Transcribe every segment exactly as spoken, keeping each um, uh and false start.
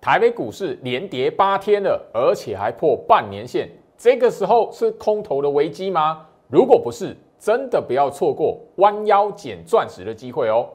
台北股市连跌八天了，而且还破半年线，这个时候是空头的危机吗？如果不是，真的不要错过弯腰捡钻石的机会哦。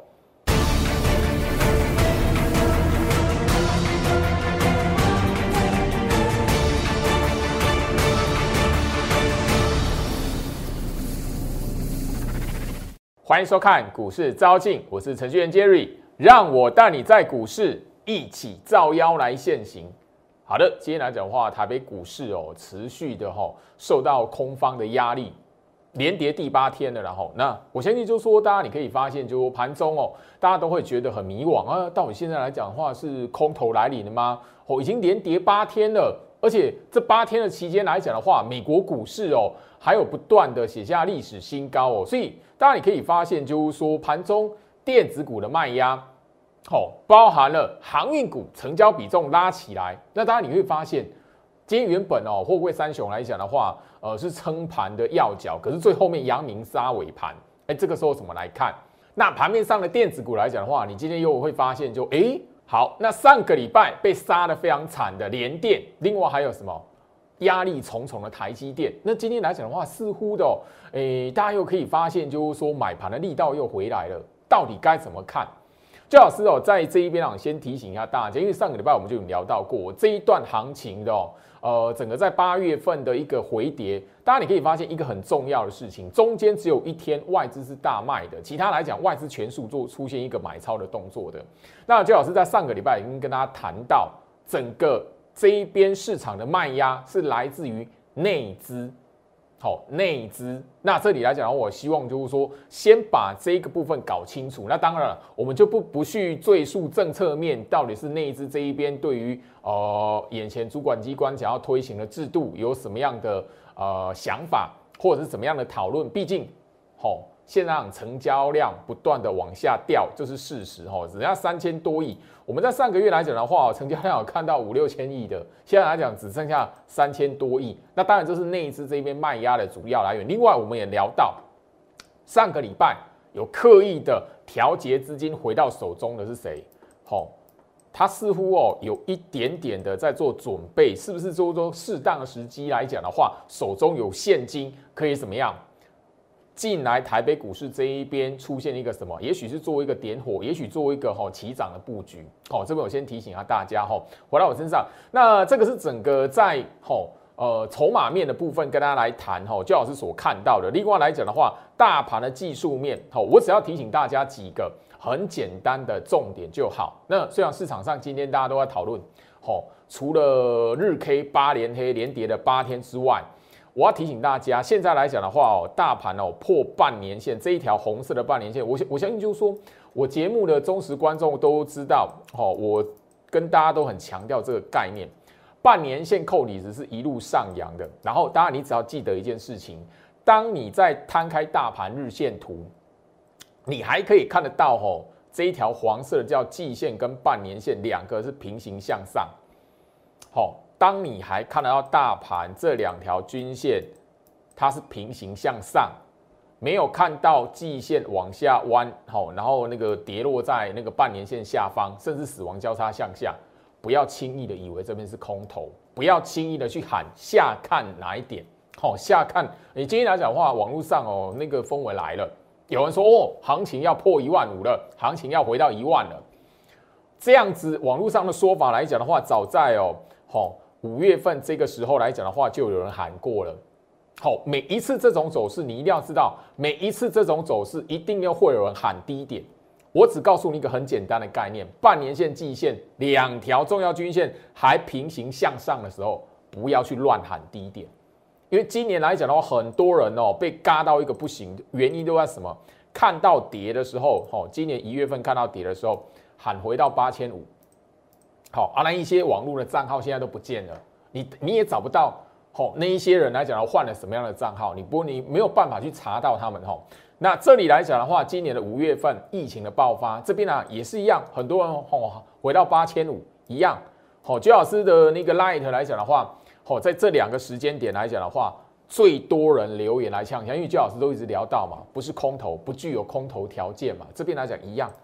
欢迎收看股市招镜，我是程序员 Jerry， 让我带你在股市一起造妖来现行。好的，今天来讲的话，台北股市哦，持续的哈、哦、受到空方的压力，连跌第八天了。然后，那我相信就是说，大家你可以发现，就盘中哦，大家都会觉得很迷惘啊，到底现在来讲的话是空头来临了吗？哦，已经连跌八天了，而且这八天的期间来讲的话，美国股市哦，还有不断的写下历史新高哦，所以大家你可以发现，就是说盘中电子股的卖压。哦，包含了航运股成交比重拉起来，那当然你会发现，今天原本哦，货柜三雄来讲的话，呃是撑盘的要角，可是最后面阳明杀尾盘，哎，这个时候怎么来看？那盘面上的电子股来讲的话，你今天又会发现就，哎，好，那上个礼拜被杀得非常惨的联电，另外还有什么压力重重的台积电，那今天来讲的话，似乎的哦，哎，大家又可以发现，就是说买盘的力道又回来了，到底该怎么看？最老师哦，在这一边啊，先提醒一下大家，因为上个礼拜我们就有聊到过这一段行情的哦，呃，整个在八月份的一个回跌，大家你可以发现一个很重要的事情，中间只有一天外资是大卖的，其他来讲外资全数做出现一个买超的动作的。那最老师在上个礼拜已经跟大家谈到，整个这一边市场的卖压是来自于内资。好，内资，那这里来讲，我希望就是说，先把这个部分搞清楚。那当然了，我们就不不去赘述政策面到底是内资这一边对于呃眼前主管机关想要推行的制度有什么样的呃想法，或者是怎么样的讨论。毕竟，好、哦，现在成交量不断的往下掉，这是事实哈、哦，只要三千多亿。我们在上个月来讲的话，成交量有看到五六千亿的，现在来讲只剩下三千多亿。那当然这是内资这边卖压的主要来源。另外，我们也聊到上个礼拜有刻意的调节资金回到手中的是谁？好、哦，他似乎哦有一点点的在做准备，是不是说说适当的时机来讲的话，手中有现金可以怎么样？进来台北股市这一边出现一个什么？也许是作为一个点火，也许作为一个哈起涨的布局。好、哦，这边我先提醒一下大家哈、哦，回到我身上。那这个是整个在哈呃筹码面的部分跟大家来谈哈，就老师所看到的。另外来讲的话，大盘的技术面，好、哦，我只要提醒大家几个很简单的重点就好。那虽然市场上今天大家都在讨论，好、哦，除了日 K 八连黑连跌的八天之外。我要提醒大家，现在来讲的话哦，大盘哦破半年线这一条红色的半年线，我我相信就是说我节目的忠实观众都知道，哦，我跟大家都很强调这个概念，半年线扣底值是一路上扬的。然后，当然你只要记得一件事情，当你在摊开大盘日线图，你还可以看得到哦，这一条黄色的叫季线跟半年线两个是平行向上，好、哦。当你还看得到大盘这两条均线，它是平行向上，没有看到季线往下弯，好，然后那个跌落在那个半年线下方，甚至死亡交叉向下，不要轻易的以为这边是空头，不要轻易的去喊下看哪一点，好，下看。你今天来讲的话，网络上哦那个风闻来了，有人说哦，行情要破一万五了，行情要回到一万了，这样子网络上的说法来讲的话，早在哦，好。五月份这个时候来讲的话，就有人喊过了。好，每一次这种走势，你一定要知道，每一次这种走势一定要会有人喊低点。我只告诉你一个很简单的概念：半年线、季线两条重要均线还平行向上的时候，不要去乱喊低点。因为今年来讲的话，很多人哦被嘎到一个不行，原因都在什么？看到跌的时候，哦，今年一月份看到跌的时候，喊回到八千五。好，啊，那一些网络的账号现在都不见了，你你也找不到，好、哦，那一些人来讲，换了什么样的账号，你不你没有办法去查到他们，哈、哦。那这里来讲的话，今年的五月份疫情的爆发，这边呢、啊、也是一样，很多人哦回到八千五一样，好、哦，居老师的那个 Light 来讲的话，好、哦，在这两个时间点来讲的话，最多人留言来呛一下，因为居老师都一直聊到嘛，不是空头，不具有空头条件嘛，这边来讲一样。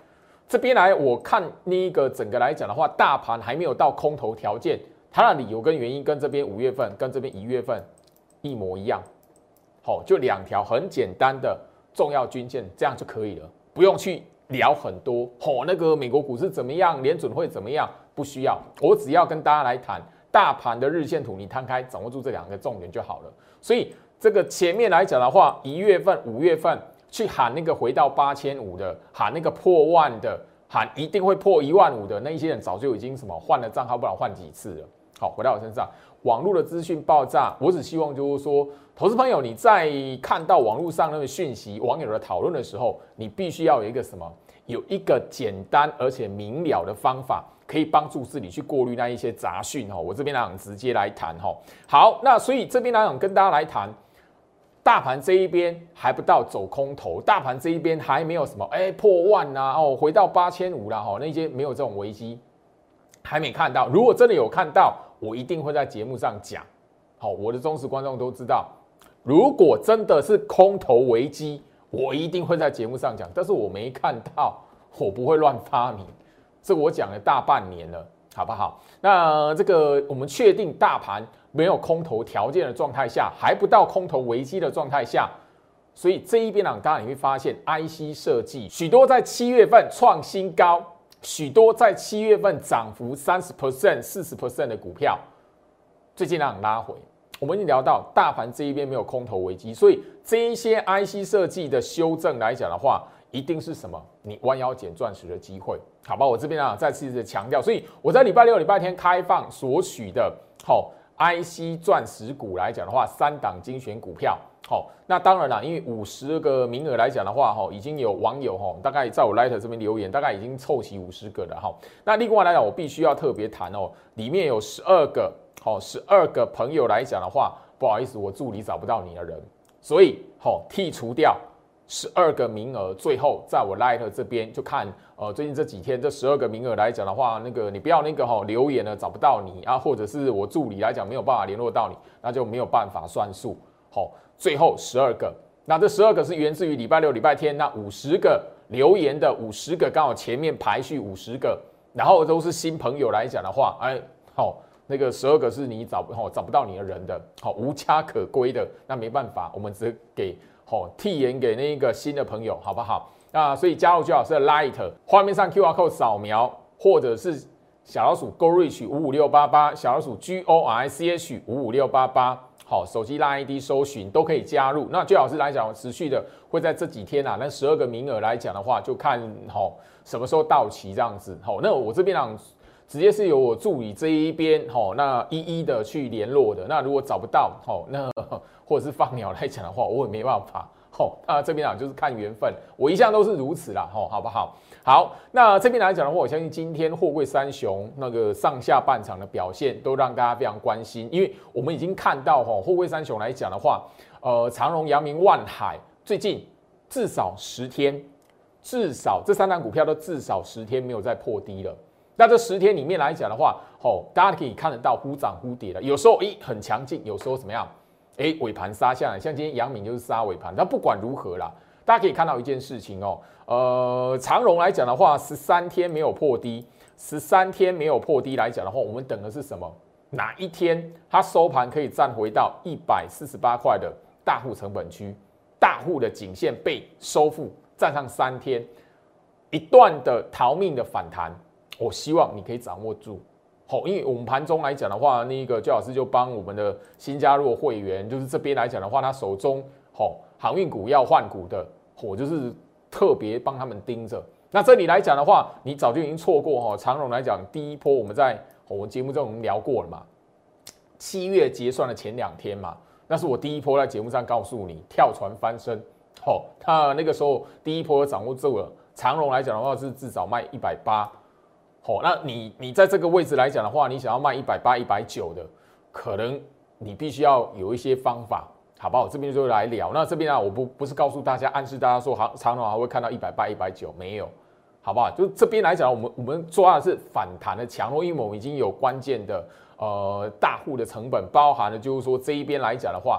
这边来我看那一个整个来讲的话，大盘还没有到空头条件，它的理由跟原因跟这边五月份跟这边一月份一模一样，好，就两条很简单的重要均线，这样就可以了，不用去聊很多，哦，那个美国股市怎么样，联准会怎么样，不需要，我只要跟大家来谈大盘的日线图，你摊开掌握住这两个重点就好了。所以这个前面来讲的话，一月份、五月份。去喊那个回到八千五的，喊那个破万的，喊一定会破一万五的那一些人，早就已经什么换了账号，不知道换几次了。好，回到我身上，网络的资讯爆炸，我只希望就是说，投资朋友你在看到网络上那个讯息、网友的讨论的时候，你必须要有一个什么，有一个简单而且明了的方法，可以帮助自己去过滤那一些杂讯哈。我这边来讲直接来谈哈。好，那所以这边来讲跟大家来谈。大盘这一边还不到走空头，大盘这一边还没有什么哎、欸、破万呐、啊、哦，回到八千五啦哈，那些没有这种危机，还没看到。如果真的有看到，我一定会在节目上讲。好，我的忠实观众都知道，如果真的是空头危机，我一定会在节目上讲。但是我没看到，我不会乱发明。这我讲了大半年了，好不好？那这个我们确定大盘。没有空头条件的状态下，还不到空头危机的状态下，所以这一边呢，当然你会发现 I C 设计许多在七月份创新高，许多在七月份涨幅三十 percent、四十 percent 的股票，最近让拉回。我们已经聊到大盘这一边没有空头危机，所以这一些 I C 设计的修正来讲的话，一定是什么？你弯腰捡钻石的机会，好吧？我这边啊再次的强调，所以我在礼拜六、礼拜天开放索取的，好。I C 钻石股来讲的话，三档精选股票，好，那当然啦，因为五十个名额来讲的话，哈，已经有网友哈，大概在我 Light 这边留言，大概已经凑齐五十个了哈。那另外来讲，我必须要特别谈哦，里面有十二个，好，十二个朋友来讲的话，不好意思，我助理找不到你的人，所以好剔除掉十二个名额，最后在我 Light 这边就看。呃，最近这几天这十二个名额来讲的话，那个你不要那个哈、哦、留言了找不到你啊，或者是我助理来讲没有办法联络到你，那就没有办法算数。好、哦，最后十二个，那这十二个是源自于礼拜六、礼拜天那五十个留言的五十个，刚好前面排序五十个，然后都是新朋友来讲的话，哎，好、哦，那个十二个是你找哦找不到你的人的，好、哦、无家可归的，那没办法，我们只给好、哦、替言给那个新的朋友，好不好？那所以加入最好是 Light 画面上 Q R code 扫描，或者是小老鼠 Go Reach 五五六八八，小老鼠 G O R I C H 五五六八八，好，手机拉 I D 搜寻都可以加入。那最好是来讲持续的会在这几天啊，那十二个名额来讲的话，就看好、哦、什么时候到期这样子。好，那我这边啊，直接是由我助理这一边好、哦，那一一的去联络的。那如果找不到好、哦，那或者是放鸟来讲的话，我也没办法。好、哦，那这边啊就是看缘分，我一向都是如此啦，吼、哦，好不好？好，那这边来讲的话，我相信今天货柜三雄那个上下半场的表现都让大家非常关心，因为我们已经看到哈，货柜三雄来讲的话，呃，长荣、阳明、万海最近至少十天，至少这三档股票都至少十天没有再破低了。那这十天里面来讲的话，哦，大家可以看得到忽涨忽跌的，有时候诶很强劲，有时候怎么样？哎，尾盘杀下来，像今天阳明就是杀尾盘。但不管如何啦，大家可以看到一件事情哦，呃，长荣来讲的话，十三天没有破低，十三天没有破低来讲的话，我们等的是什么？哪一天它收盘可以站回到一百四十八块的大户成本区，大户的颈线被收复，站上三天，一段的逃命的反弹，我希望你可以掌握住。好，因为我们盘中来讲的话，那个焦老师就帮我们的新加入会员，就是这边来讲的话，他手中好航运股要换股的，我就是特别帮他们盯着。那这里来讲的话，你早就已经错过哈。长荣来讲，第一波我们在我们节目中我们聊过了嘛，七月结算的前两天嘛，那是我第一波在节目上告诉你跳船翻身。好，他那个时候第一波掌握住了，长荣来讲的话是至少卖一百八。好，那你你在这个位置来讲的话，你想要卖一百八、一百九的，可能你必须要有一些方法，好不好？这边就来聊。那这边啊，我不不是告诉大家，暗示大家说，好，长荣还会看到一百八、一百九，没有，好不好？就这边来讲，我们我们抓的是反弹的强弱，因为我们已经有关键的呃大户的成本，包含了就是说这一边来讲的话，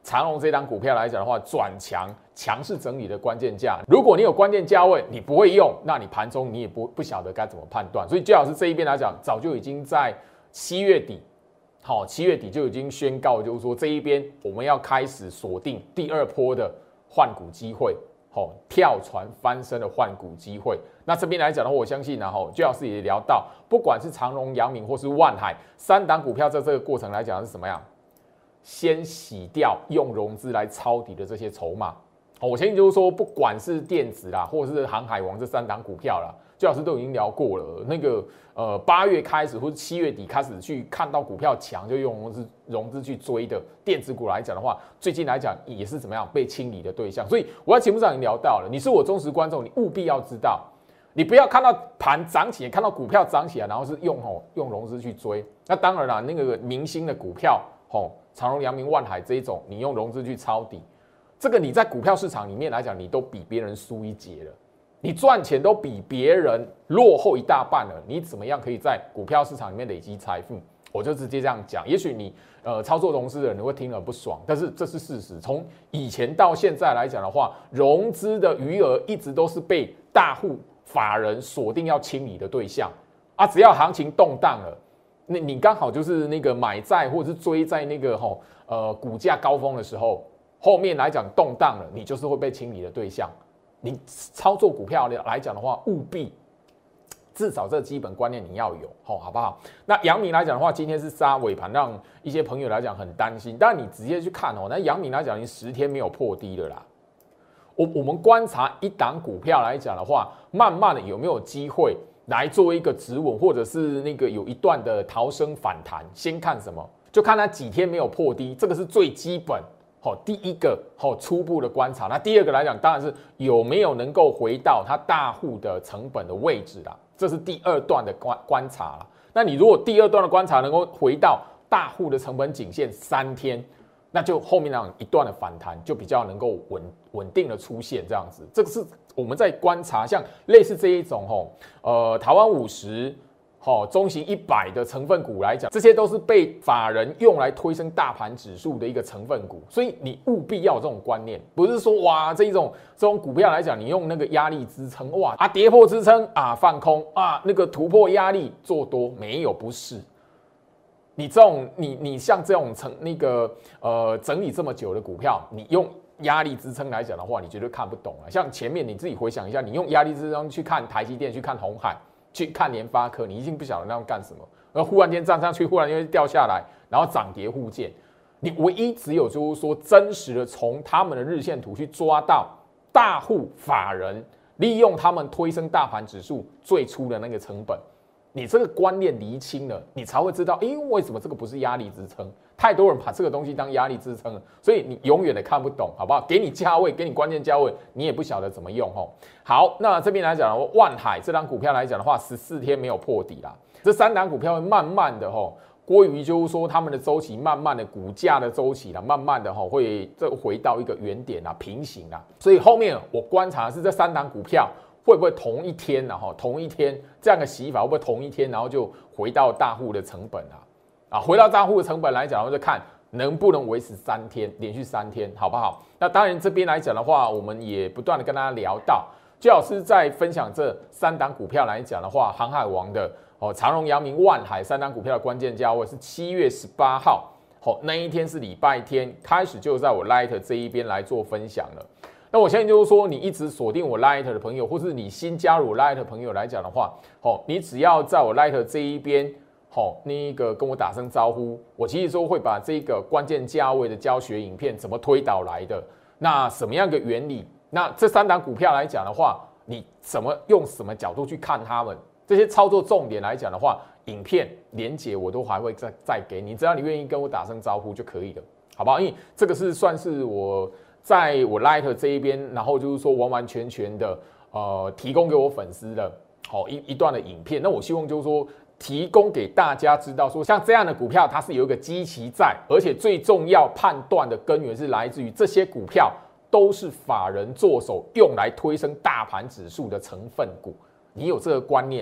长荣这档股票来讲的话，转强强势整理的关键价，如果你有关键价位，你不会用，那你盘中你也不不晓得该怎么判断。所以最老师这一边来讲，早就已经在七月底，好，七月底就已经宣告，就是说这一边我们要开始锁定第二波的换股机会。哦，跳船翻身的换股机会。那这边来讲的话，我相信呢，吼，最老师也聊到，不管是长荣、阳明或是万海三档股票，在这个过程来讲是什么样？先洗掉用融资来抄底的这些筹码。哦，我相信就是说，不管是电子啦，或者是航海王这三档股票啦，最老师都已经聊过了。那个呃，八月开始或者七月底开始去看到股票强，就用融资融资去追的电子股来讲的话，最近来讲也是怎么样被清理的对象。所以我在节目上已经聊到了，你是我忠实观众，你务必要知道，你不要看到盘涨起来，看到股票涨起来，然后是用吼用融资去追。那当然啦，那个明星的股票吼，长荣、阳明、万海这一种，你用融资去抄底。这个你在股票市场里面来讲，你都比别人输一截了，你赚钱都比别人落后一大半了。你怎么样可以在股票市场里面累积财富？我就直接这样讲。也许你呃操作融资的人你会听了不爽，但是这是事实。从以前到现在来讲的话，融资的余额一直都是被大户法人锁定要清理的对象啊。只要行情动荡了，那你刚好就是那个买在或者是追在那个吼呃股价高峰的时候。后面来讲动荡了，你就是会被清理的对象。你操作股票来讲的话，务必至少这基本观念你要有，好不好？那阳明来讲的话，今天是杀尾盘，让一些朋友来讲很担心。但你直接去看哦，那阳明来讲，你十天没有破低了啦。我我们观察一档股票来讲的话，慢慢的有没有机会来做一个止稳，或者是那个有一段的逃生反弹？先看什么？就看它几天没有破低，这个是最基本。好，第一个好初步的观察，那第二个来讲，当然是有没有能够回到它大户的成本的位置啦，这是第二段的观观察啦。那你如果第二段的观察能够回到大户的成本颈线三天，那就后面那样一段的反弹就比较能够稳稳定的出现这样子。这个是我们在观察，像类似这一种吼，呃，台湾五十。好，中型一百的成分股来讲，这些都是被法人用来推升大盘指数的一个成分股，所以你务必要有这种观念，不是说哇这一种这种股票来讲，你用那个压力支撑，哇啊跌破支撑啊放空啊那个突破压力做多，没有不是。你这种你你像这种成那个呃整理这么久的股票，你用压力支撑来讲的话，你绝对看不懂了。像前面你自己回想一下，你用压力支撑去看台积电，去看鸿海。去看联发科，你已经不晓得那要干什么，而忽然间站上去，忽然间掉下来，然后涨跌互见。你唯一只有就是说，真实的从他们的日线图去抓到大户法人利用他们推升大盘指数最初的那个成本，你这个观念厘清了，你才会知道，因为什么这个不是压力支撑？太多人把这个东西当压力支撑了，所以你永远的看不懂，好不好？给你价位，给你关键价位，你也不晓得怎么用吼。好，那这边来讲的话，万海这档股票来讲的话，十四天没有破底啦。这三档股票会慢慢的吼，归于就是说他们的周期，慢慢的股价的周期啦，慢慢的吼会这回到一个原点啦，平行啦。所以后面我观察的是这三档股票会不会同一天然后同一天这样的洗法会不会同一天，然后就回到大户的成本啊？啊，回到大户的成本来讲，然后就看能不能维持三天，连续三天，好不好？那当然这边来讲的话，我们也不断的跟大家聊到，最老师在分享这三档股票来讲的话，航海王的哦，长荣、阳明、万海三档股票的关键价位是七月十八号，好、哦，那一天是礼拜天，开始就在我 Light 这一边来做分享了。那我相信就是说，你一直锁定我 Light 的朋友，或是你新加入我 Light 的朋友来讲的话，哦，你只要在我 Light 这一边。好，那个跟我打声招呼，我其实说会把这个关键价位的教学影片怎么推导来的，那什么样的原理，那这三档股票来讲的话，你怎么用什么角度去看它们，这些操作重点来讲的话，影片连结我都还会再再给你，只要你愿意跟我打声招呼就可以了，好不好？因为这个是算是我在我 Light 这一边，然后就是说完完全全的呃提供给我粉丝的好一一段的影片，那我希望就是说。提供给大家知道说，像这样的股票，它是有一个基期在，而且最重要判断的根源是来自于这些股票都是法人做手用来推升大盘指数的成分股。你有这个观念，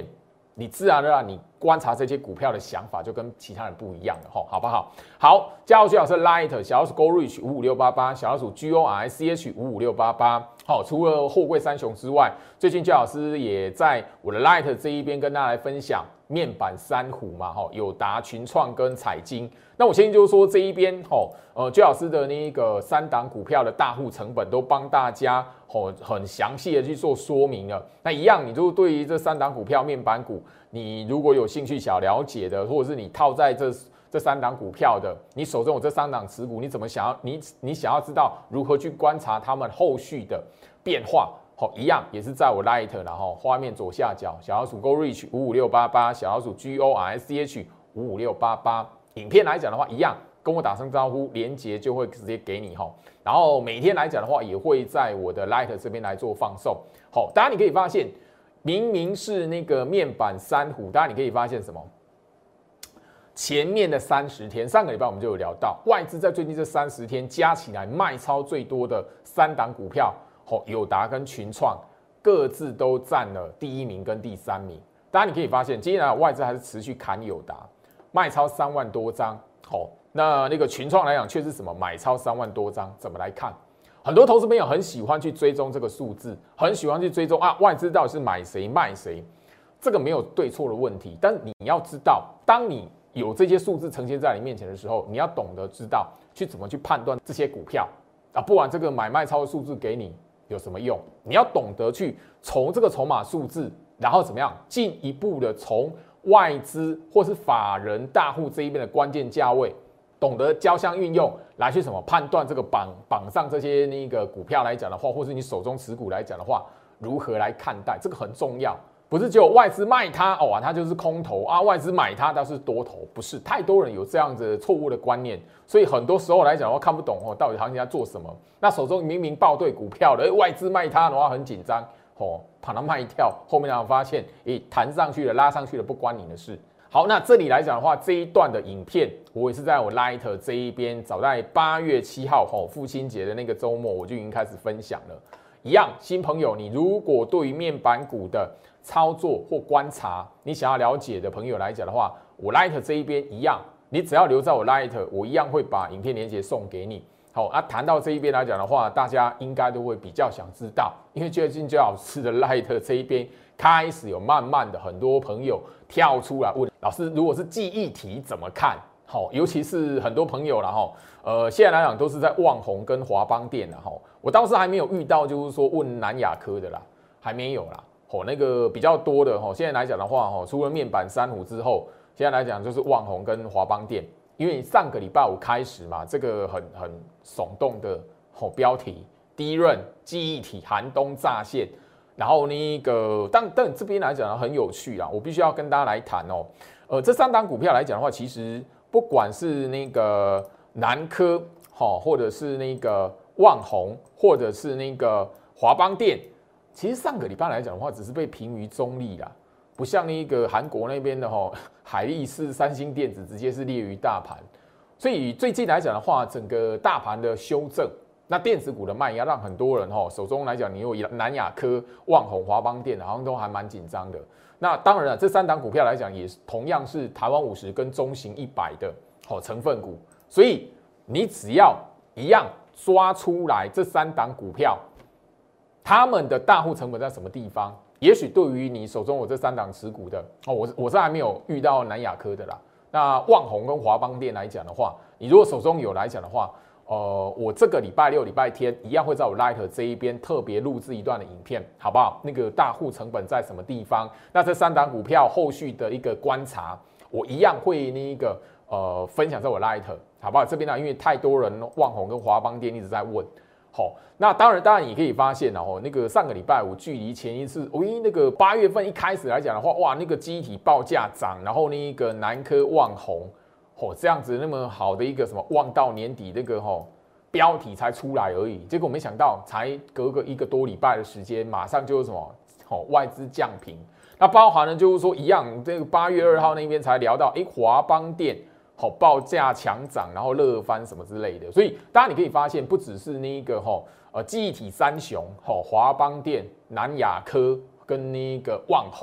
你自然而然你观察这些股票的想法就跟其他人不一样了哈，好不好？好，加入徐老师 Light 小老鼠 Go Reach 五五六八八，小老鼠 G O R I C H 五五六八八。好，除了货柜三雄之外，最近焦老师也在我的 Light 这一边跟大家来分享面板三虎嘛，哈，友达、群创跟彩晶。那我先就是说这一边，吼，呃，焦老师的那个三档股票的大户成本都帮大家吼很详细的去做说明了。那一样，你就对于这三档股票面板股，你如果有兴趣想了解的，或者是你套在这这三档股票的，你手中有这三档持股，你怎么想要你你想要知道如何去观察他们后续的变化？好，一样也是在我 Light， 然后画面左下角小老鼠 Go Reach 五五六八八，小老鼠 G O R S C H 五五六八八。影片来讲的话，一样跟我打声招呼，连结就会直接给你哈。然后每天来讲的话，也会在我的 Light 这边来做放送。好，大家你可以发现，明明是那个面板三虎，大家你可以发现什么？前面的三十天，上个礼拜我们就有聊到，外资在最近这三十天加起来卖超最多的三档股票，哦，友达跟群创各自都占了第一名跟第三名。大家你可以发现，今天来外资还是持续砍友达，卖超三万多张。好，那那个群创来讲，却是什么买超三万多张？怎么来看？很多投资朋友很喜欢去追踪这个数字，很喜欢去追踪啊，外资到底是买谁卖谁？这个没有对错的问题，但你要知道，当你有这些数字呈现在你面前的时候，你要懂得知道去怎么去判断这些股票啊，不然这个买卖超的数字给你有什么用？你要懂得去从这个筹码数字，然后怎么样进一步的从外资或是法人大户这一边的关键价位，懂得交相运用来去什么判断这个榜榜上这些那个股票来讲的话，或是你手中持股来讲的话，如何来看待这个很重要。不是只有外资卖它哦，它就是空头啊，外资买它它是多头，不是太多人有这样子错误的观念，所以很多时候来讲的话看不懂哦，到底行情在做什么。那手中明明报对股票的，外资卖它的话很紧张哦，把它卖掉，后面然后发现诶弹上去了，拉上去了，不关你的事。好，那这里来讲的话，这一段的影片我也是在我 Light 这一边，早在八月七号吼父亲节的那个周末，我就已经开始分享了。一样，新朋友，你如果对于面板股的操作或观察，你想要了解的朋友来讲的话，我 Light 这一边一样，你只要留在我 Light， 我一样会把影片连结送给你。好啊，谈到这一边来讲的话，大家应该都会比较想知道，因为最近最好吃的 Light 这一边开始有慢慢的很多朋友跳出来问老师，如果是记忆体怎么看？好，尤其是很多朋友啦哈，呃，现在来讲都是在旺宏跟华邦电啦哈，我当时还没有遇到就是说问南亚科的啦，还没有啦。哦，那个比较多的哈，现在来讲的话哈，除了面板三虎之后，现在来讲就是旺宏跟华邦电，因为上个礼拜五开始嘛，这个很很耸动的吼标题，第一润记忆体寒冬乍现，然后那个但但这边来讲很有趣啊，我必须要跟大家来谈哦，呃，这三档股票来讲的话，其实不管是那个南科哈，或者是那个旺宏，或者是那个华邦电。其实上个礼拜来讲的话，只是被评于中立啦，不像那个韩国那边的哈海力士、三星电子直接是列于大盘，所以最近来讲的话，整个大盘的修正，那电子股的卖压让很多人哈手中来讲，你有南亚科、旺宏、华邦电，好像都还蛮紧张的。那当然了，这三档股票来讲，也同样是台湾五十跟中型一百的好成分股，所以你只要一样抓出来这三档股票。他们的大户成本在什么地方？也许对于你手中有这三档持股的哦，我我是还没有遇到南亚科的啦。那旺宏跟华邦电来讲的话，你如果手中有来讲的话，呃，我这个礼拜六、礼拜天一样会在我 Light 这一边特别录制一段的影片，好不好？那个大户成本在什么地方？那这三档股票后续的一个观察，我一样会那个呃分享在我 Light， 好不好？这边呢，因为太多人旺宏跟华邦电一直在问。好，那当然，当然你可以发现，然后那个上个礼拜五距离前一次，喂，那个八月份一开始来讲的话，哇，那个记忆体报价涨，然后那个南科旺宏，哦，这样子那么好的一个什么旺到年底那个吼标题才出来而已，结果没想到才隔个一个多礼拜的时间，马上就是什么，哦，外资降评，那包含了就是说一样，这个八月二号那边才聊到，哎，华邦电。好，报价强涨，然后乐翻什么之类的，所以大家你可以发现，不只是那个哈呃记忆体三雄，哈华邦电、南亚科跟那个旺宏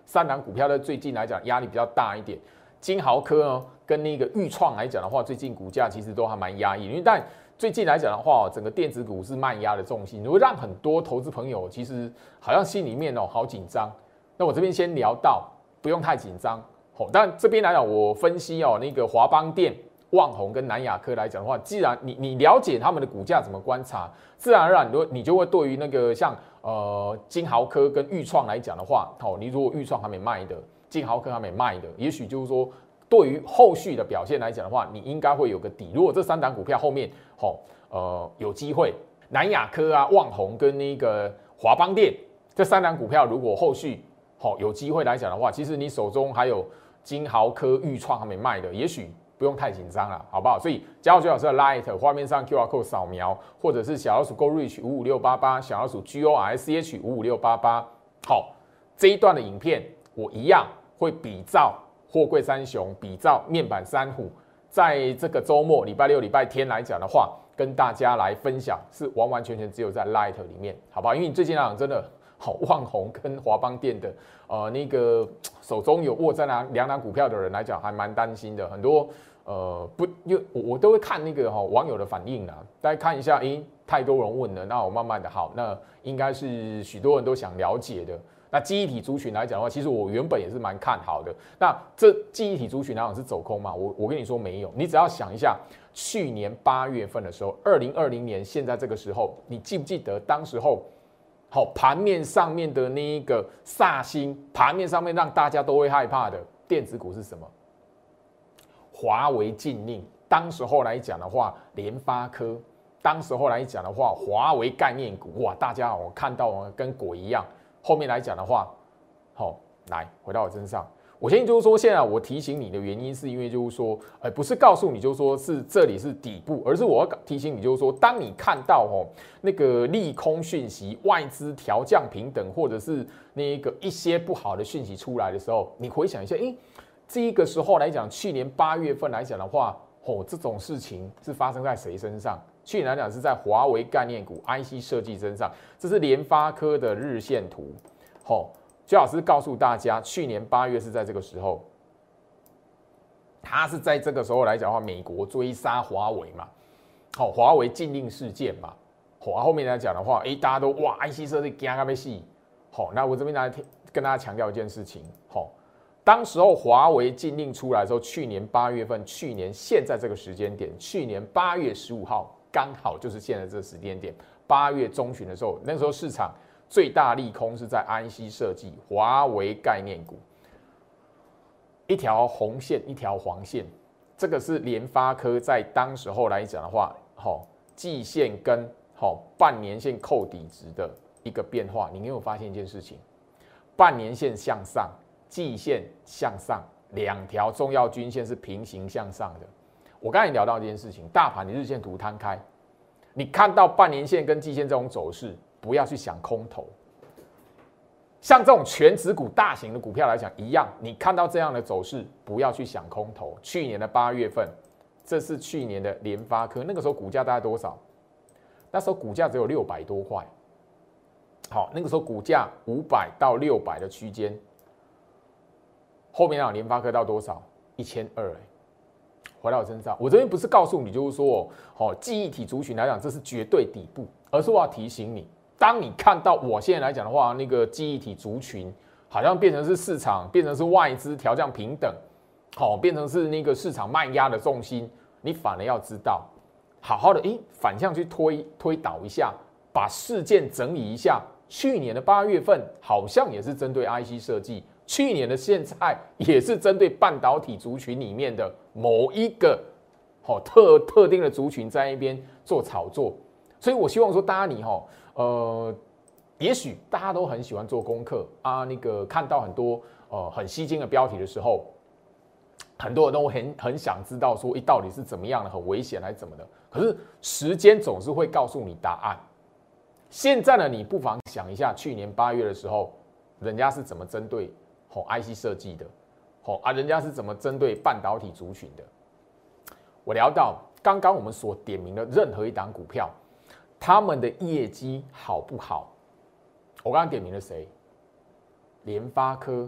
三档股票在最近来讲压力比较大一点。金豪科呢，跟那个裕创来讲的话，最近股价其实都还蛮压抑，因为但最近来讲的话，整个电子股是慢压的重心，会让很多投资朋友其实好像心里面哦好紧张。那我这边先聊到，不用太紧张。好，但这边来讲，我分析哦，那个华邦电、旺宏跟南亚科来讲的话，既然你你了解他们的股价怎么观察，自然而然你你就会对于那个像呃金豪科跟裕创来讲的话，好，你如果裕创还没卖的，金豪科还没卖的，也许就是说。对于后续的表现来讲的话，你应该会有个底。如果这三档股票后面，吼、哦，呃，有机会，南亚科啊、旺宏跟那个华邦电这三档股票，如果后续，吼、哦，有机会来讲的话，其实你手中还有金豪科、裕创还没卖的，也许不用太紧张了，好不好？所以加入最老师的 Light 画面上 Q R code 扫描，或者是小老鼠 Go Reach 五五六八八，小老鼠 G O R S H 五五六八八。好，这一段的影片我一样会比照。货柜三雄比照面板三虎，在这个周末礼拜六、礼拜天来讲的话，跟大家来分享，是完完全全只有在 Light 里面，好不好？因为你最近来讲真的好，旺宏跟华邦电的呃那个手中有握在那两档股票的人来讲，还蛮担心的。很多呃不，因为我都会看那个哈、哦、网友的反应啦，大家看一下，诶，太多人问了，那我慢慢的好，那应该是许多人都想了解的。那记忆体族群来讲的话，其实我原本也是蛮看好的。那这记忆体族群来讲是走空吗？我我跟你说没有，你只要想一下，去年八月份的时候，二零二零年现在这个时候，你记不记得当时候好盘面上面的那一个煞星，盘面上面让大家都会害怕的电子股是什么？华为禁令，当时候来讲的话，联发科，当时候来讲的话，华为概念股，哇，大家我看到跟鬼一样。后面来讲的话，好、哦，来回到我身上。我先就是说，现在我提醒你的原因，是因为就是说，呃，不是告诉你就是说是这里是底部，而是我要提醒你就是说，当你看到哦那个利空讯息、外资调降平等，或者是那个一些不好的讯息出来的时候，你回想一下，诶，这个时候来讲，去年八月份来讲的话，哦，这种事情是发生在谁身上？去年来讲是在华为概念股 I C 设计身上，这是联发科的日线图。好、哦，周老师告诉大家，去年八月是在这个时候，他是在这个时候来讲的话，美国追杀华为嘛，好、哦，华为禁令事件嘛，好、哦，后面来讲的话，哎，大家都哇 I C 设计惊到要死，好，那我这边来跟大家强调一件事情，好、哦，当时候华为禁令出来的时候，去年八月份，去年现在这个时间点，去年八月十五号。刚好就是现在这个时间点，八月中旬的时候，那时候市场最大利空是在 I C 设计、华为概念股，一条红线，一条黄线，这个是联发科在当时候来讲的话，好、哦，季线跟好、哦、半年线扣底值的一个变化。你有没有发现一件事情？半年线向上，季线向上，两条重要均线是平行向上的。我刚才聊到这件事情，大盘的日线图摊开，你看到半年线跟季线这种走势，不要去想空头。像这种全指股大型的股票来讲一样，你看到这样的走势，不要去想空头。去年的八月份，这是去年的联发科，那个时候股价大概多少？那时候股价只有六百多块。好，那个时候股价五百到六百的区间，后面让联发科到多少？一千二。回到我身上，我这边不是告诉你，就是说，哦，记忆体族群来讲，这是绝对底部，而是我要提醒你，当你看到我现在来讲的话，那个记忆体族群好像变成是市场，变成是外资调降平等，好、哦，变成是那个市场卖压的重心，你反而要知道，好好的，诶，反向去推推导一下，把事件整理一下。去年的八月份好像也是针对 I C 设计。去年的现在也是针对半导体族群里面的某一个、哦、特特定的族群在那边做炒作，所以我希望说大家你哈、哦、呃，也许大家都很喜欢做功课啊，那个看到很多呃很吸睛的标题的时候，很多人都很很想知道说，诶，到底是怎么样的，很危险还是怎么的？可是时间总是会告诉你答案。现在呢，你不妨想一下，去年八月的时候，人家是怎么针对哦 I C 设计的，哦啊，人家是怎么针对半导体族群的？我聊到刚刚我们所点名的任何一档股票，他们的业绩好不好？我刚刚点名了谁？联发科、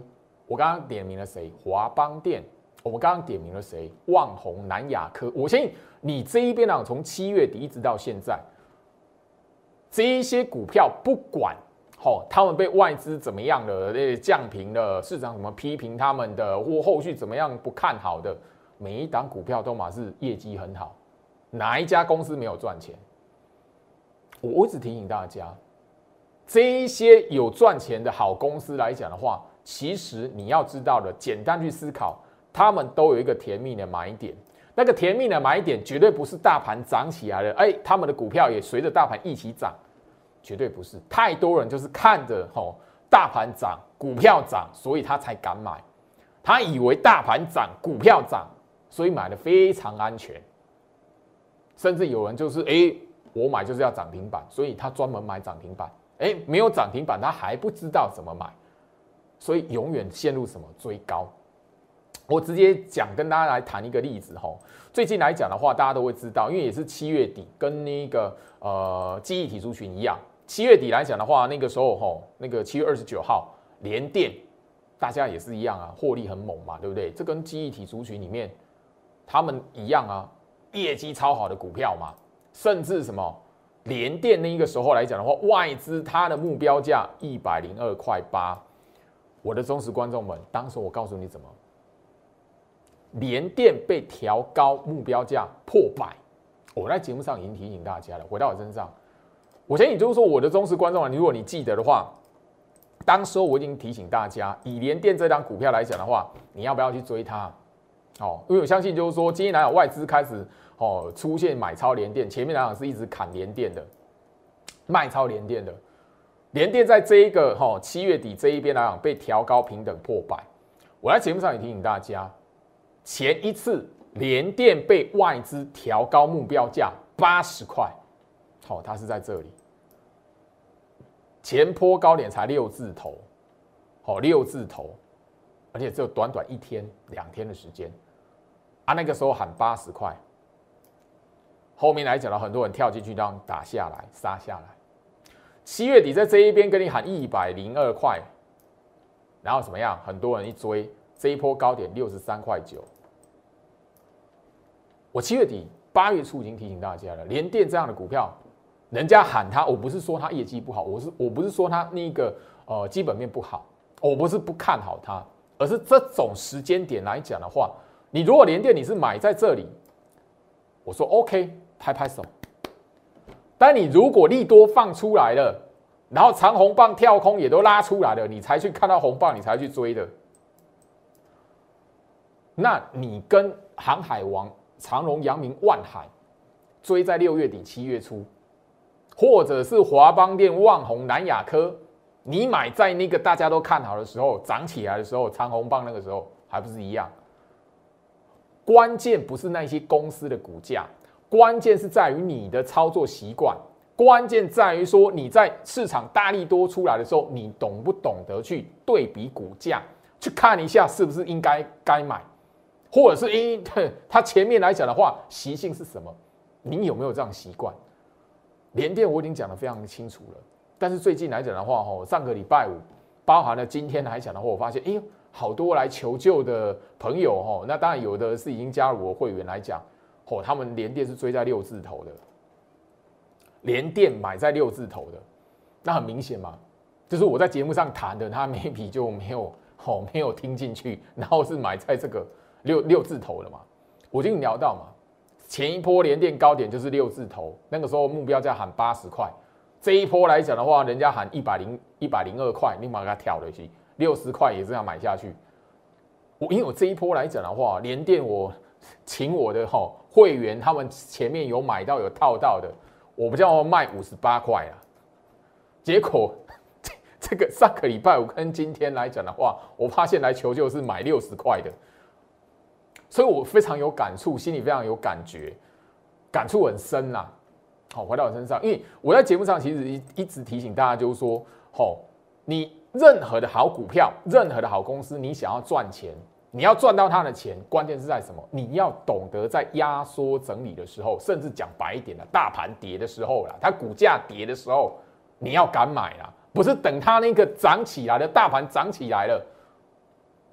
我刚刚点名了谁？华邦电。我们刚刚点名了谁？旺宏、南亚科。我相信你这一边呢，从七月底一直到现在，这一些股票不管哦，他们被外资怎么样了，降评了，市场怎么批评他们的，或后续怎么样不看好的，每一档股票都嘛是业绩很好。哪一家公司没有赚钱？我一直提醒大家，这一些有赚钱的好公司来讲的话，其实你要知道的，简单去思考。他们都有一个甜蜜的买点，那个甜蜜的买点绝对不是大盘涨起来了，哎，他们的股票也随着大盘一起涨，绝对不是。太多人就是看着吼大盘涨，股票涨，所以他才敢买。他以为大盘涨，股票涨，所以买的非常安全。甚至有人就是哎，我买就是要涨停板，所以他专门买涨停板。哎，没有涨停板，他还不知道怎么买，所以永远陷入什么追高。我直接讲，跟大家来谈一个例子哈。最近来讲的话，大家都会知道，因为也是七月底，跟那个呃记忆体族群一样。七月底来讲的话，那个时候哈，那个七月二十九号，联电，大家也是一样啊，获利很猛嘛，对不对？这跟记忆体族群里面他们一样啊，业绩超好的股票嘛，甚至什么联电那个时候来讲的话，外资它的目标价一百零二块八。我的忠实观众们，当时我告诉你怎么。联电被调高目标价破百，我在节目上已经提醒大家了。回到我身上，我相信就是说我的忠实观众啊，如果你记得的话，当时我已经提醒大家，以联电这档股票来讲的话，你要不要去追它？哦，因为我相信就是说，今天来讲外资开始哦出现买超联电，前面来讲是一直砍联电的，卖超联电的。联电在这一个哈七月底这一边来讲被调高平等破百，我在节目上也提醒大家。前一次联电被外资调高目标价八十块，好，它是在这里，前波高点才六字头，好六字头，而且只有短短一天两天的时间，啊，那个时候喊八十块，后面来讲了很多人跳进去让打下来杀下来，七月底在这一边跟你喊一百零二块，然后怎么样？很多人一追。这一波高点六十三块九，我七月底八月初已经提醒大家了，联电这样的股票，人家喊它，我不是说它业绩不好，我是我不是说它那个呃基本面不好，我不是不看好它，而是这种时间点来讲的话，你如果联电你是买在这里，我说 OK 拍拍手，但你如果利多放出来了，然后长红棒跳空也都拉出来了，你才去看到红棒，你才去追的。那你跟航海王、长荣、阳明、万海追在六月底、七月初，或者是华邦电、旺宏、南亚科，你买在那个大家都看好的时候，涨起来的时候，长红棒那个时候还不是一样？关键不是那些公司的股价，关键是在于你的操作习惯，关键在于说你在市场大利多出来的时候，你懂不懂得去对比股价，去看一下是不是应该该买。或者是因它前面来讲的话，习性是什么？你有没有这样习惯？联电我已经讲得非常清楚了，但是最近来讲的话，上个礼拜五，包含了今天来讲的话，我发现，哎，好多来求救的朋友，那当然有的是已经加入我会员来讲，他们联电是追在六字头的，联电买在六字头的，那很明显嘛，就是我在节目上谈的，他 maybe 就没有没有听进去，然后是买在这个。六六字头了嘛，我已经聊到嘛，前一波联电高点就是六字头，那个时候目标价喊八十块，这一波来讲的话，人家喊一百零一百零二块，你马上跳了去，六十块也这样买下去。我因为我这一波来讲的话，联电我请我的哈会员，他们前面有买到有套到的，我不叫卖五十八块啦，结果这个上个礼拜五跟今天来讲的话，我发现来求救是买六十块的。所以我非常有感触，心里非常有感觉，感触很深啦。好，回到我身上，因为我在节目上其实一直提醒大家，就是说，好，你任何的好股票，任何的好公司，你想要赚钱，你要赚到它的钱，关键是在什么？你要懂得在压缩整理的时候，甚至讲白一点的，大盘跌的时候啦，它股价跌的时候，你要敢买啦，不是等它那个涨起来的大盘涨起来了。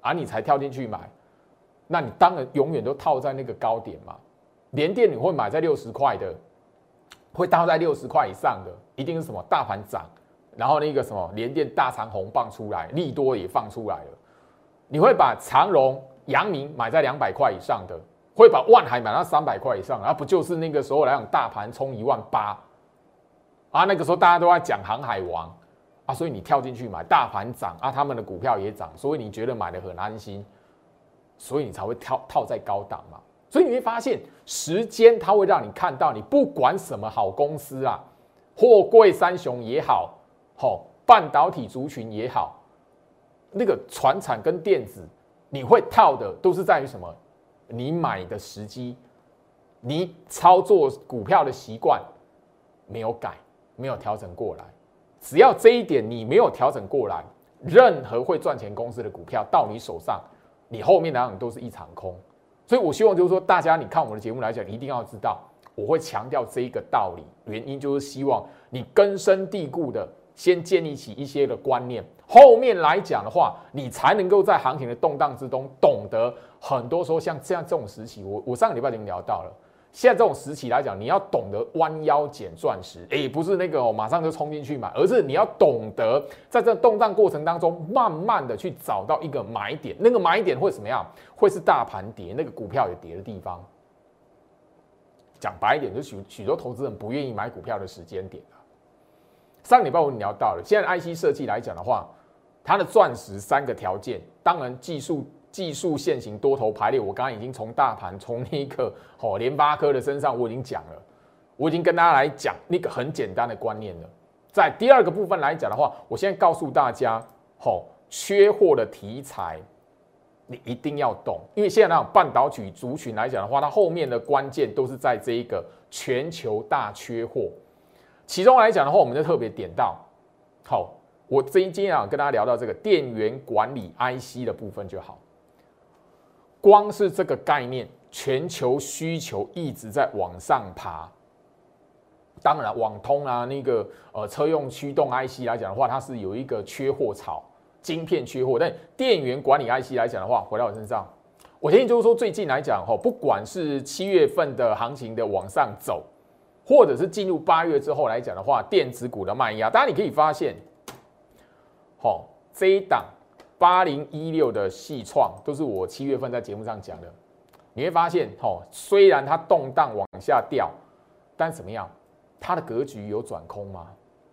啊，你才跳进去买，那你当然永远都套在那个高点嘛。联电你会买在六十块的，会套在六十块以上的，一定是什么大盘涨，然后那个什么联电大长红棒出来，利多也放出来了。你会把长荣、阳明买在两百块以上的，会把万海买到三百块以上，啊，不就是那个时候来讲大盘冲一万八啊？那个时候大家都在讲航海王啊，所以你跳进去买，大盘涨啊，他们的股票也涨，所以你觉得买得很安心，所以你才会跳套在高档嘛。所以你会发现，时间它会让你看到，你不管什么好公司啊，货柜三雄也好，好半导体族群也好，那个传产跟电子，你会套的都是在于什么？你买的时机，你操作股票的习惯没有改，没有调整过来。只要这一点你没有调整过来，任何会赚钱公司的股票到你手上，你后面来讲都是一场空。所以我希望就是说，大家你看我的节目来讲，一定要知道，我会强调这一个道理，原因就是希望你根深蒂固的先建立起一些的观念，后面来讲的话，你才能够在行情的动荡之中，懂得很多时候像这样这种时期，我我上个礼拜已经聊到了。现在这种时期来讲，你要懂得弯腰捡钻石，哎，不是那个、哦、马上就冲进去买，而是你要懂得在这动荡过程当中，慢慢的去找到一个买点。那个买点会怎么样？会是大盘跌，那个股票也跌的地方。讲白一点，就是许许多投资人不愿意买股票的时间点啊。上个礼拜我们聊到了，现在 I C 设计来讲的话，它的钻石三个条件，当然技术。技术线型多头排列，我刚刚已经从大盘从那个哦联发科的身上我已经讲了，我已经跟大家来讲那个很简单的观念了。在第二个部分来讲的话，我现在告诉大家，哦，缺货的题材你一定要懂，因为现在那种半导体族群来讲的话，它后面的关键都是在这一个全球大缺货。其中来讲的话，我们就特别点到，好，我这一今天啊跟大家聊到这个电源管理 I C 的部分就好。光是这个概念，全球需求一直在往上爬。当然，网通啊，那个呃车用驱动 I C 来讲的话，它是有一个缺货潮，晶片缺货。但电源管理 I C 来讲的话，回到我身上，我建议就是说，最近来讲，不管是七月份的行情的往上走，或者是进入八月之后来讲的话，电子股的卖压，当然你可以发现，好这一档。八零一六的细创都是我七月份在节目上讲的，你会发现，哦，虽然它动荡往下掉，但怎么样？它的格局有转空吗？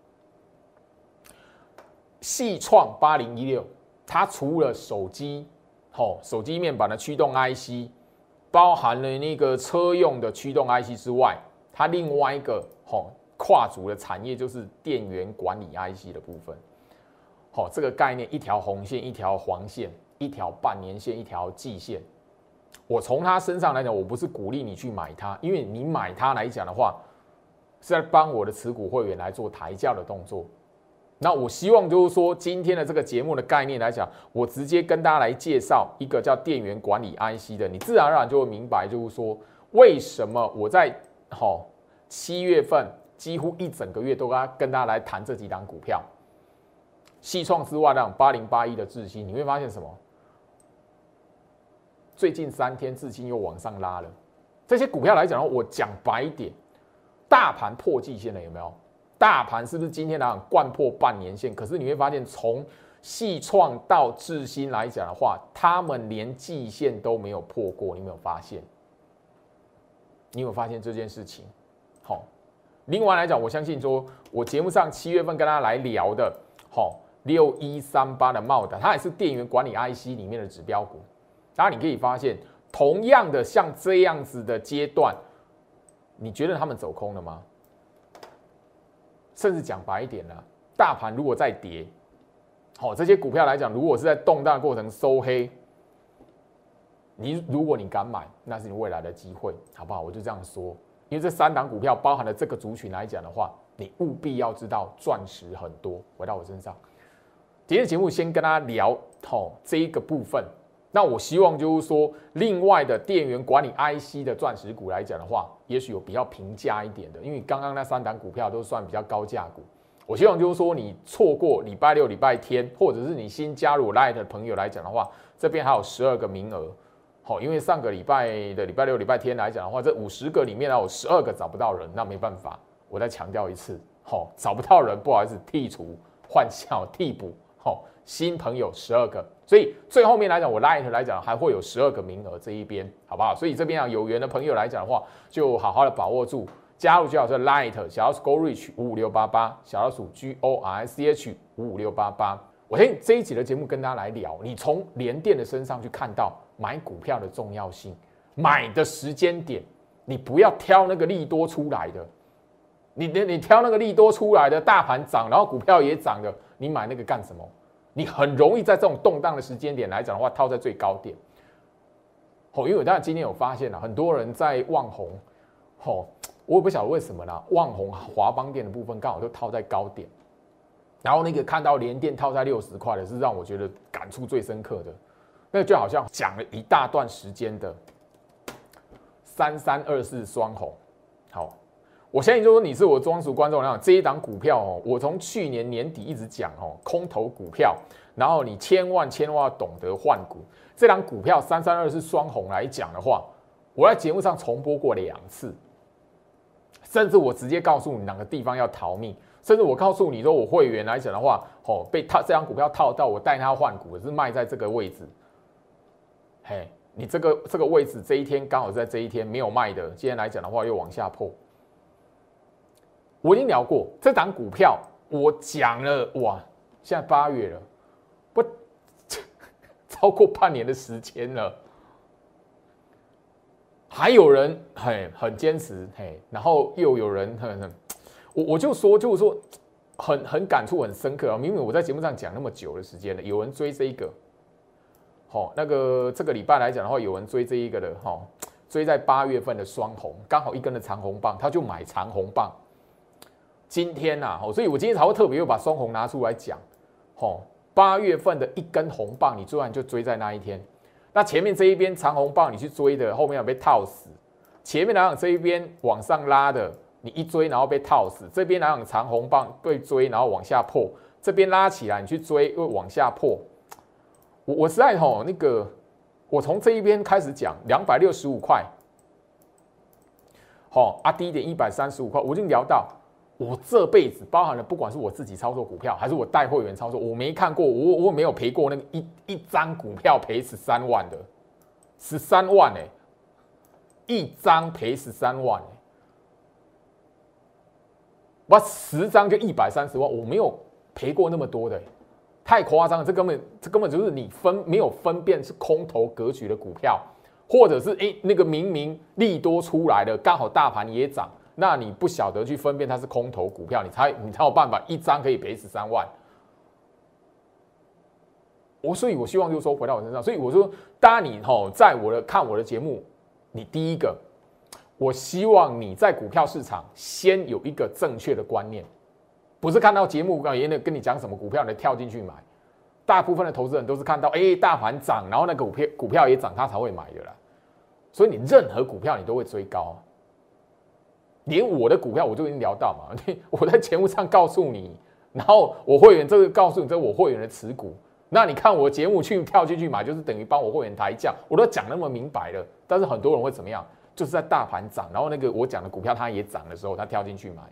细创八零一六，它除了手机，哦，手机面板的驱动 I C， 包含了那个车用的驱动 I C 之外，它另外一个哦跨足的产业就是电源管理 I C 的部分。好，这个概念，一条红线，一条黄线，一条半年线，一条季线。我从他身上来讲，我不是鼓励你去买它，因为你买它来讲的话，是在帮我的持股会员来做抬轿的动作。那我希望就是说，今天的这个节目的概念来讲，我直接跟大家来介绍一个叫电源管理 I C 的，你自然而然就会明白，就是说为什么我在好七月份几乎一整个月都跟跟大家来谈这几档股票。细创之外，那八零八一的智新，你会发现什么？最近三天智新又往上拉了。这些股票来讲，我讲白一点，大盘破季线了有没有？大盘是不是今天来讲掼破半年线？可是你会发现，从细创到智新来讲的话，他们连季线都没有破过，你有没有发现？你有没有发现这件事情？好，另外来讲，我相信说，我节目上七月份跟大家来聊的，好。六一三八的茂达，它也是电源管理 I C 里面的指标股。当然，你可以发现，同样的像这样子的阶段，你觉得他们走空了吗？甚至讲白一点呢，大盘如果再跌，好，这些股票来讲，如果是在动荡的过程收黑，你如果你敢买，那是你未来的机会，好不好？我就这样说，因为这三档股票包含了这个族群来讲的话，你务必要知道钻石很多。回到我身上。今天的节目先跟大家聊哦这一个部分，那我希望就是说，另外的电源管理 I C 的钻石股来讲的话，也许有比较平价一点的，因为刚刚那三档股票都算比较高价股， 我希望就是说，你错过礼拜六、礼拜天，或者是你新加入 Light 的朋友来讲的话，这边还有十二个名额。好，因为上个礼拜的礼拜六、礼拜天来讲的话，这五十个里面呢有十二个找不到人，那没办法，我再强调一次，好，找不到人，不好意思，剔除、换校、替补，好，新朋友十二个，所以最后面来讲，我 Light 来讲还会有十二个名额这一边，好不好？所以这边啊有缘的朋友来讲的话，就好好的把握住。加入就好是 Light 小老鼠 Go Reach 五五六八八，小老鼠 G O R I C H 五五六八八。我听这一集的节目跟大家来聊，你从联电的身上去看到买股票的重要性，买的时间点，你不要挑那个利多出来的，你你你挑那个利多出来的，大盘涨，然后股票也涨的，你买那个干什么？你很容易在这种动荡的时间点来讲的话，套在最高点。哦，因为我当然今天有发现了，很多人在望红，哦。我也不晓得为什么啦，旺宏、华邦电的部分刚好就套在高点，然后那个看到联电套在六十块的，是让我觉得感触最深刻的。那个就好像讲了一大段时间的三三二四双红。好，我相信就说你是我忠实观众，然后这一档股票哦，我从去年年底一直讲哦，空头股票，然后你千万千万要懂得换股。这档股票三三二四双红来讲的话，我在节目上重播过两次。甚至我直接告诉你哪个地方要逃命，甚至我告诉你说，我会员来讲的话，哦，被套这张股票套到，我带他换股，是卖在这个位置。嘿，你这个这个位置这一天刚好在这一天没有卖的，今天来讲的话又往下破。我已经聊过这档股票，我讲了哇，现在八月了，不超过半年的时间了。还有人嘿很坚持嘿，然后又有人很很，我我就说就是说很很感触很深刻啊！明明我在节目上讲那么久的时间了，有人追这一个，好、哦、那个这个礼拜来讲的话，有人追这一个的哈、哦，追在八月份的双红，刚好一根的长红棒，他就买长红棒。今天呐、啊，哦，所以我今天才会特别又把双红拿出来讲，哦，八月份的一根红棒，你突然就追在那一天。那前面这一边长红棒你去追的，后面有被套死；前面来讲这一边往上拉的，你一追然后被套死；这边来讲长红棒被追然后往下破，这边拉起来你去追又往下破。我我实在吼那个，我从这一边开始讲，两百六十五块，好啊，低点一百三十五块，我已经聊到。我这辈子包含了，不管是我自己操作股票，还是我带会员操作，我没看过，我我没有赔过那个一一张股票赔十三万的，十三万哎、欸，一张赔十三万哎、欸，我十张就一百三十万，我没有赔过那么多的、欸，太夸张了，这根本这根本就是你分没有分辨是空头格局的股票，或者是哎、欸、那个明明利多出来了，刚好大盘也涨。那你不晓得去分辨它是空头股票，你才你才有办法一张可以赔十三万。我所以，我希望就是说回到我身上，所以我说，当然你吼在我的看我的节目，你第一个，我希望你在股票市场先有一个正确的观念，不是看到节目也跟你讲什么股票，你跳进去买。大部分的投资人都是看到，哎、欸，大盘涨，然后那个股票股票也涨，他才会买的啦。所以你任何股票你都会追高。连我的股票我就已经聊到嘛，我在节目上告诉你，然后我会员这个告诉你，这是我会员的持股，那你看我节目去跳进去买，就是等于帮我会员抬价，我都讲那么明白了。但是很多人会怎么样？就是在大盘涨，然后那个我讲的股票它也涨的时候，他跳进去买。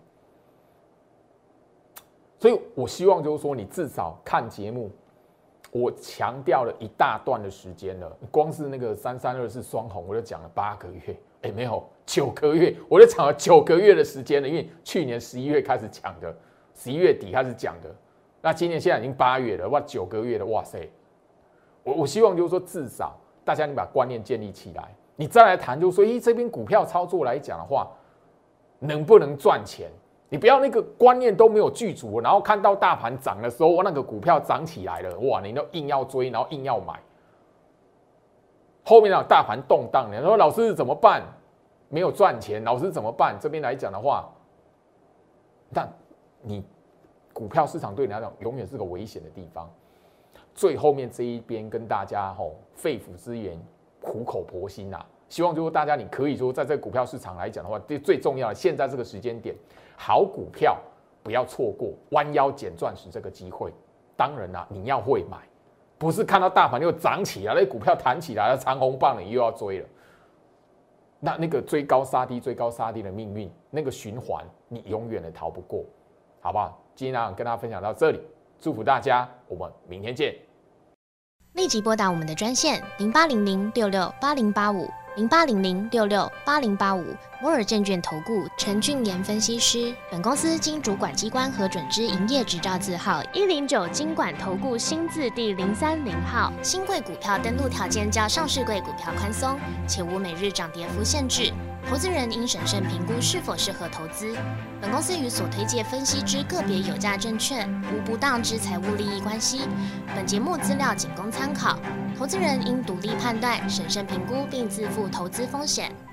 所以我希望就是说，你至少看节目，我强调了一大段的时间了，光是那个三三二四双红，我就讲了八个月。哎，没有九个月，我就讲了九个月的时间了，因为去年十一月开始讲的，十一月底开始讲的，那今年现在已经八月了，哇，九个月了，哇塞！我我希望就是说，至少大家你把观念建立起来，你再来谈，就是说，咦，这边股票操作来讲的话，能不能赚钱？你不要那个观念都没有具足，然后看到大盘涨的时候，那个股票涨起来了，哇，你都硬要追，然后硬要买。后面啊，大盘动荡，你说老师怎么办？没有赚钱，老师怎么办？这边来讲的话，但你股票市场对你来讲永远是个危险的地方。最后面这一边跟大家吼肺腑之言，苦口婆心呐、啊，希望就是大家你可以说在这个股票市场来讲的话，最最重要的现在这个时间点，好股票不要错过弯腰捡钻石这个机会。当然啦、啊，你要会买，不是看到大盘又涨起来，那股票弹起来了，长红棒你又要追了。那那个追高杀低、追高杀低的命运，那个循环你永远的逃不过，好不好？今天呢跟大家分享到这里，祝福大家，我们明天见。 立即拨打我们的专线零八零零六六八零八五零八零零六六八零八五摩尔证券投顾陈俊言分析师。本公司经主管机关核准之营业执照字号一零九金管投顾新字第零三零号。新贵股票登录条件较上市贵股票宽松，且无每日涨跌幅限制。投资人应审慎评估是否适合投资。本公司与所推介分析之个别有价证券无不当之财务利益关系。本节目资料仅供参考，投资人应独立判断、审慎评估并自负投资风险。